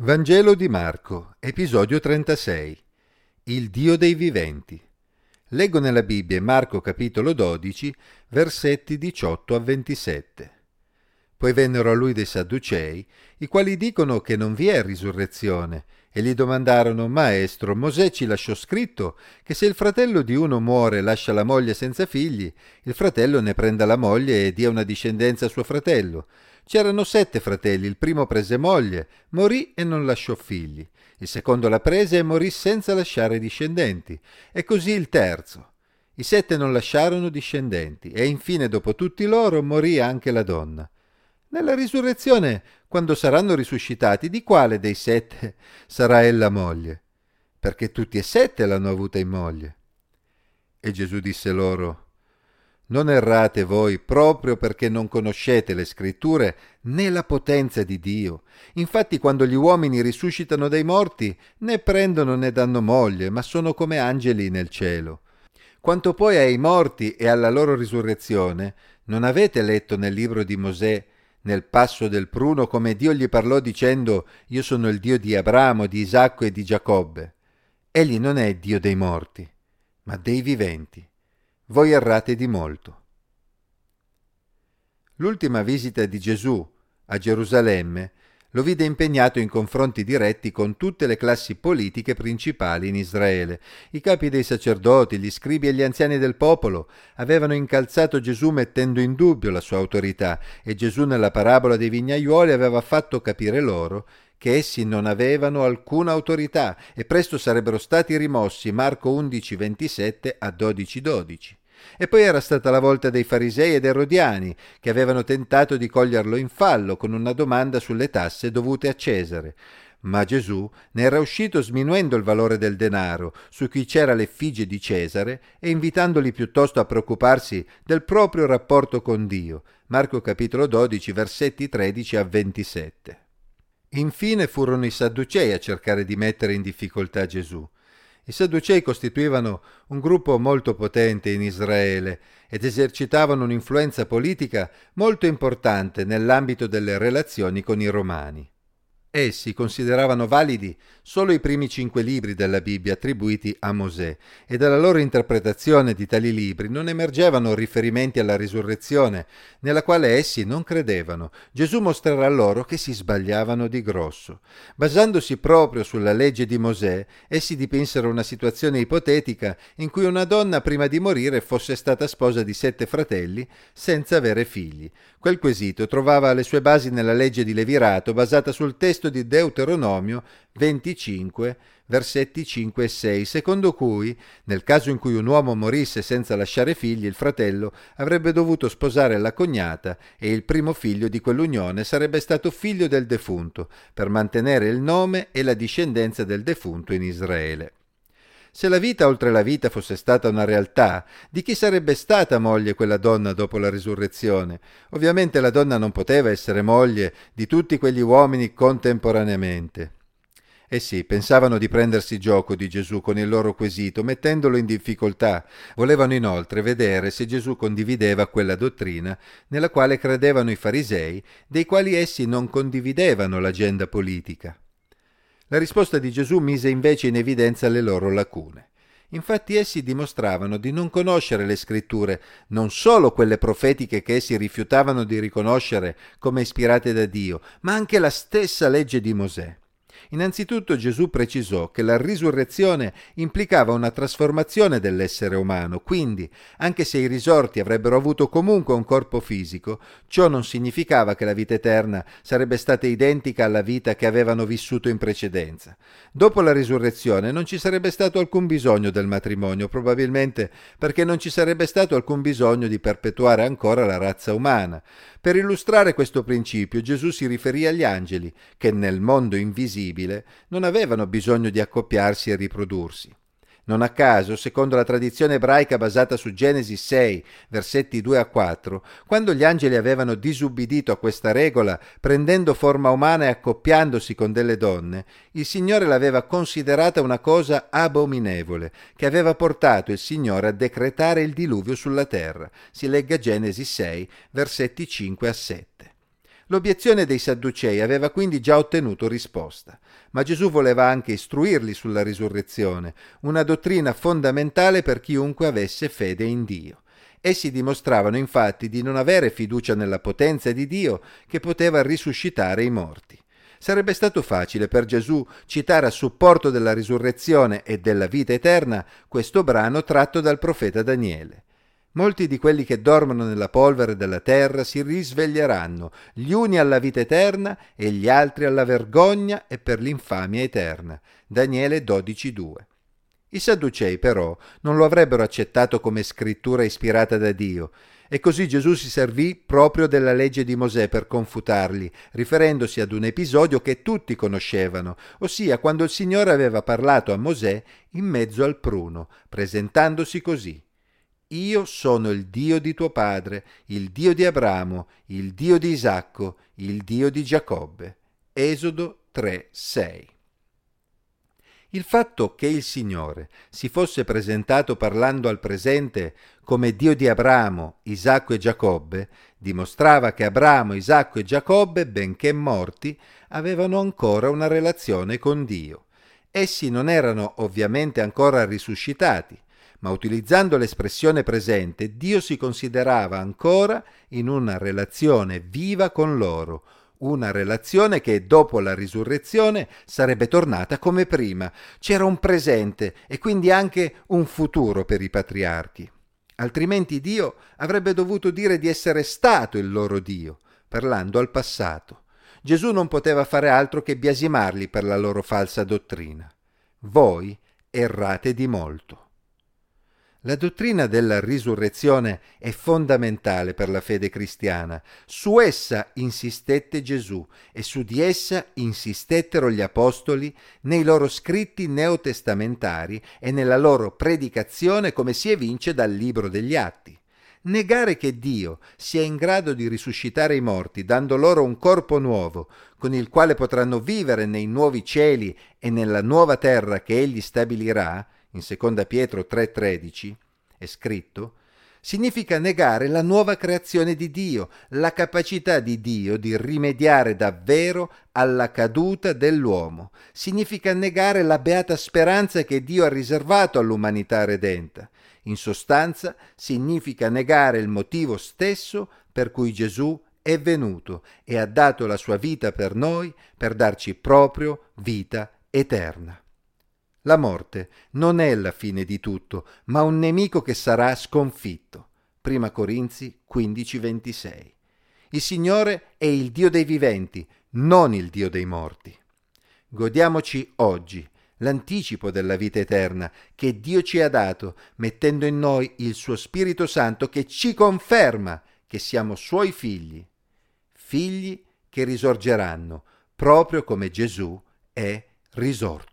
Vangelo di Marco, episodio 36. Il Dio dei viventi. Leggo nella Bibbia in Marco capitolo 12, versetti 18 a 27. Poi vennero a lui dei Sadducei, i quali dicono che non vi è risurrezione, e gli domandarono: Maestro, Mosè ci lasciò scritto che se il fratello di uno muore e lascia la moglie senza figli, il fratello ne prenda la moglie e dia una discendenza a suo fratello. C'erano 7 fratelli, il primo prese moglie, morì e non lasciò figli. Il secondo la prese e morì senza lasciare discendenti, e così il terzo. I 7 non lasciarono discendenti, e infine dopo tutti loro morì anche la donna. Nella risurrezione, quando saranno risuscitati, di quale dei 7 sarà ella moglie? Perché tutti e 7 l'hanno avuta in moglie. E Gesù disse loro: non errate voi proprio perché non conoscete le scritture né la potenza di Dio. Infatti quando gli uomini risuscitano dai morti, né prendono né danno moglie, ma sono come angeli nel cielo. Quanto poi ai morti e alla loro risurrezione, non avete letto nel libro di Mosè, nel passo del pruno, come Dio gli parlò dicendo: io sono il Dio di Abramo, di Isacco e di Giacobbe. Egli non è Dio dei morti, ma dei viventi. Voi errate di molto. L'ultima visita di Gesù a Gerusalemme lo vide impegnato in confronti diretti con tutte le classi politiche principali in Israele. I capi dei sacerdoti, gli scribi e gli anziani del popolo avevano incalzato Gesù mettendo in dubbio la sua autorità, e Gesù nella parabola dei vignaiuoli aveva fatto capire loro che essi non avevano alcuna autorità e presto sarebbero stati rimossi. Marco 11:27 a 12:12. E poi era stata la volta dei farisei ed erodiani, che avevano tentato di coglierlo in fallo con una domanda sulle tasse dovute a Cesare. Ma Gesù ne era uscito sminuendo il valore del denaro, su cui c'era l'effigie di Cesare, e invitandoli piuttosto a preoccuparsi del proprio rapporto con Dio. Marco capitolo 12, versetti 13 a 27. Infine furono i Sadducei a cercare di mettere in difficoltà Gesù. I Sadducei costituivano un gruppo molto potente in Israele ed esercitavano un'influenza politica molto importante nell'ambito delle relazioni con i Romani. Essi consideravano validi solo i primi 5 libri della Bibbia attribuiti a Mosè, e dalla loro interpretazione di tali libri non emergevano riferimenti alla risurrezione, nella quale essi non credevano. Gesù mostrerà loro che si sbagliavano di grosso. Basandosi proprio sulla legge di Mosè, essi dipinsero una situazione ipotetica in cui una donna prima di morire fosse stata sposa di 7 fratelli senza avere figli. Quel quesito trovava le sue basi nella legge di Levirato, basata sul testo di Deuteronomio 25, versetti 5 e 6, secondo cui, nel caso in cui un uomo morisse senza lasciare figli, il fratello avrebbe dovuto sposare la cognata e il primo figlio di quell'unione sarebbe stato figlio del defunto, per mantenere il nome e la discendenza del defunto in Israele. Se la vita oltre la vita fosse stata una realtà, di chi sarebbe stata moglie quella donna dopo la risurrezione? Ovviamente la donna non poteva essere moglie di tutti quegli uomini contemporaneamente. Eh sì, pensavano di prendersi gioco di Gesù con il loro quesito, mettendolo in difficoltà. Volevano inoltre vedere se Gesù condivideva quella dottrina nella quale credevano i farisei, dei quali essi non condividevano l'agenda politica. La risposta di Gesù mise invece in evidenza le loro lacune. Infatti essi dimostravano di non conoscere le scritture, non solo quelle profetiche che essi rifiutavano di riconoscere come ispirate da Dio, ma anche la stessa legge di Mosè. Innanzitutto Gesù precisò che la risurrezione implicava una trasformazione dell'essere umano, quindi, anche se i risorti avrebbero avuto comunque un corpo fisico, ciò non significava che la vita eterna sarebbe stata identica alla vita che avevano vissuto in precedenza. Dopo la risurrezione non ci sarebbe stato alcun bisogno del matrimonio, probabilmente perché non ci sarebbe stato alcun bisogno di perpetuare ancora la razza umana. Per illustrare questo principio, Gesù si riferì agli angeli, che nel mondo invisibile non avevano bisogno di accoppiarsi e riprodursi. Non a caso, secondo la tradizione ebraica basata su Genesi 6, versetti 2 a 4, quando gli angeli avevano disubbidito a questa regola, prendendo forma umana e accoppiandosi con delle donne, il Signore l'aveva considerata una cosa abominevole, che aveva portato il Signore a decretare il diluvio sulla terra. Si legga Genesi 6, versetti 5 a 7. L'obiezione dei Sadducei aveva quindi già ottenuto risposta, ma Gesù voleva anche istruirli sulla risurrezione, una dottrina fondamentale per chiunque avesse fede in Dio. Essi dimostravano infatti di non avere fiducia nella potenza di Dio che poteva risuscitare i morti. Sarebbe stato facile per Gesù citare a supporto della risurrezione e della vita eterna questo brano tratto dal profeta Daniele. Molti di quelli che dormono nella polvere della terra si risveglieranno, gli uni alla vita eterna e gli altri alla vergogna e per l'infamia eterna. Daniele 12,2. I Sadducei però non lo avrebbero accettato come scrittura ispirata da Dio, e così Gesù si servì proprio della legge di Mosè per confutarli, riferendosi ad un episodio che tutti conoscevano, ossia quando il Signore aveva parlato a Mosè in mezzo al pruno, presentandosi così: Io sono il Dio di tuo padre, il Dio di Abramo, il Dio di Isacco, il Dio di Giacobbe. Esodo 3,6. Il fatto che il Signore si fosse presentato parlando al presente come Dio di Abramo, Isacco e Giacobbe dimostrava che Abramo, Isacco e Giacobbe, benché morti, avevano ancora una relazione con Dio. Essi non erano ovviamente ancora risuscitati, ma utilizzando l'espressione presente, Dio si considerava ancora in una relazione viva con loro, una relazione che dopo la risurrezione sarebbe tornata come prima. C'era un presente e quindi anche un futuro per i patriarchi. Altrimenti Dio avrebbe dovuto dire di essere stato il loro Dio, parlando al passato. Gesù non poteva fare altro che biasimarli per la loro falsa dottrina. Voi errate di molto. La dottrina della risurrezione è fondamentale per la fede cristiana. Su essa insistette Gesù e su di essa insistettero gli apostoli nei loro scritti neotestamentari e nella loro predicazione, come si evince dal libro degli Atti. Negare che Dio sia in grado di risuscitare i morti, dando loro un corpo nuovo, con il quale potranno vivere nei nuovi cieli e nella nuova terra che Egli stabilirà, in 2 Pietro 3,13, è scritto, significa negare la nuova creazione di Dio, la capacità di Dio di rimediare davvero alla caduta dell'uomo. Significa negare la beata speranza che Dio ha riservato all'umanità redenta. In sostanza, significa negare il motivo stesso per cui Gesù è venuto e ha dato la sua vita per noi, per darci proprio vita eterna. La morte non è la fine di tutto, ma un nemico che sarà sconfitto. 1 Corinzi 15,26. Il Signore è il Dio dei viventi, non il Dio dei morti. Godiamoci oggi l'anticipo della vita eterna che Dio ci ha dato, mettendo in noi il suo Spirito Santo che ci conferma che siamo Suoi figli, figli che risorgeranno, proprio come Gesù è risorto.